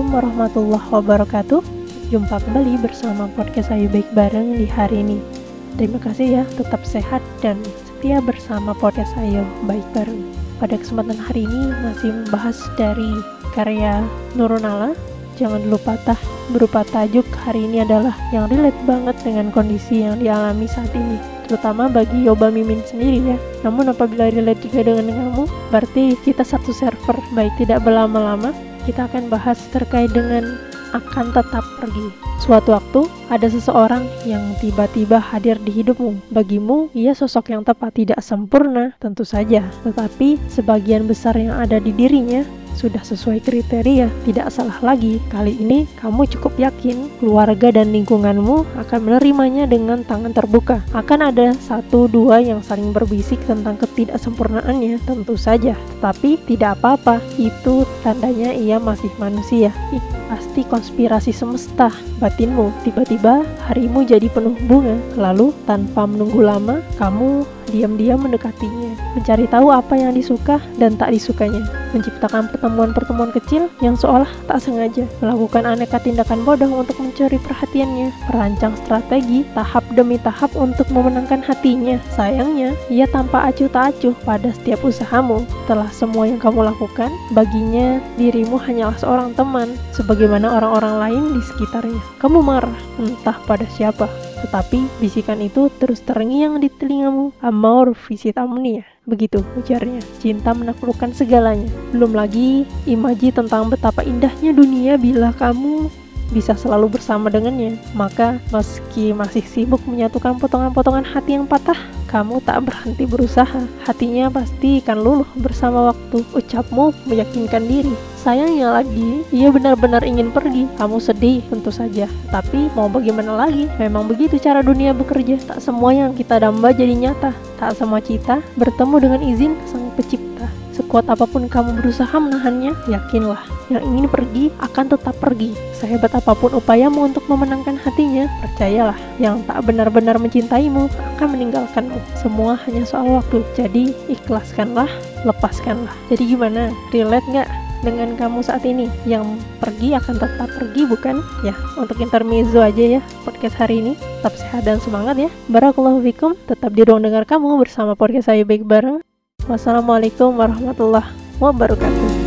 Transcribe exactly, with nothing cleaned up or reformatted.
warahmatullahi wabarakatuh. Jumpa kembali bersama podcast Ayo Baik Bareng di hari ini. Terima kasih ya, tetap sehat dan setia bersama podcast Ayo Baik Bareng. Pada kesempatan hari ini masih membahas dari karya Nurul Nala, Jangan Dulu Patah, berupa tajuk hari ini adalah yang relate banget dengan kondisi yang dialami saat ini, terutama bagi Yoba Mimin sendiri ya. Namun apabila relate juga dengan kamu, berarti kita satu server. Baik, tidak berlama-lama, kita akan bahas terkait dengan akan tetap pergi. Suatu waktu, ada seseorang yang tiba-tiba hadir di hidupmu. Bagimu, ia sosok yang tepat, tidak sempurna, tentu saja. Tetapi, sebagian besar yang ada di dirinya sudah sesuai kriteria, tidak salah lagi. Kali ini, kamu cukup yakin keluarga dan lingkunganmu akan menerimanya dengan tangan terbuka. Akan ada satu dua yang saling berbisik tentang ketidaksempurnaannya, tentu saja. Tetapi, tidak apa-apa, itu tandanya ia masih manusia. Ih, pasti konspirasi semesta. Batinmu, tiba-tiba harimu jadi penuh bunga. Lalu, tanpa menunggu lama, kamu diam-diam mendekatinya, mencari tahu apa yang disuka dan tak disukanya, menciptakan pertemuan-pertemuan kecil yang seolah tak sengaja, melakukan aneka tindakan bodoh untuk mencuri perhatiannya, merancang strategi tahap demi tahap untuk memenangkan hatinya. Sayangnya, ia tampak acuh tak acuh pada setiap usahamu. Setelah semua yang kamu lakukan, baginya dirimu hanyalah seorang teman, sebagaimana orang-orang lain di sekitarnya. Kamu marah, entah pada siapa. Tetapi bisikan itu terus terngiang di telingamu. Amor visit omnia, begitu ujarnya. Cinta menaklukkan segalanya. Belum lagi imaji tentang betapa indahnya dunia bila kamu bisa selalu bersama dengannya. Maka meski masih sibuk menyatukan potongan-potongan hati yang patah, kamu tak berhenti berusaha. Hatinya pasti akan luluh bersama waktu. Ucapmu meyakinkan diri. Sayangnya lagi, ia benar-benar ingin pergi. Kamu sedih, tentu saja. Tapi mau bagaimana lagi? Memang begitu cara dunia bekerja. Tak semua yang kita damba jadi nyata. Tak semua cita bertemu dengan izin Sang Pencipta. Sekuat apapun kamu berusaha menahannya, yakinlah, yang ingin pergi akan tetap pergi. Sehebat apapun upayamu untuk memenangkan hatinya, percayalah, yang tak benar-benar mencintaimu akan meninggalkanmu. Semua hanya soal waktu. Jadi, ikhlaskanlah, lepaskanlah. Jadi gimana? Relate nggak dengan kamu saat ini? Yang pergi akan tetap pergi, bukan? Ya, untuk intermezzo aja ya podcast hari ini. Tetap sehat dan semangat ya. Barakallahu fikum. Tetap di ruang dengar kamu bersama podcast Ayo Baik Bareng. Wassalamualaikum warahmatullahi wabarakatuh.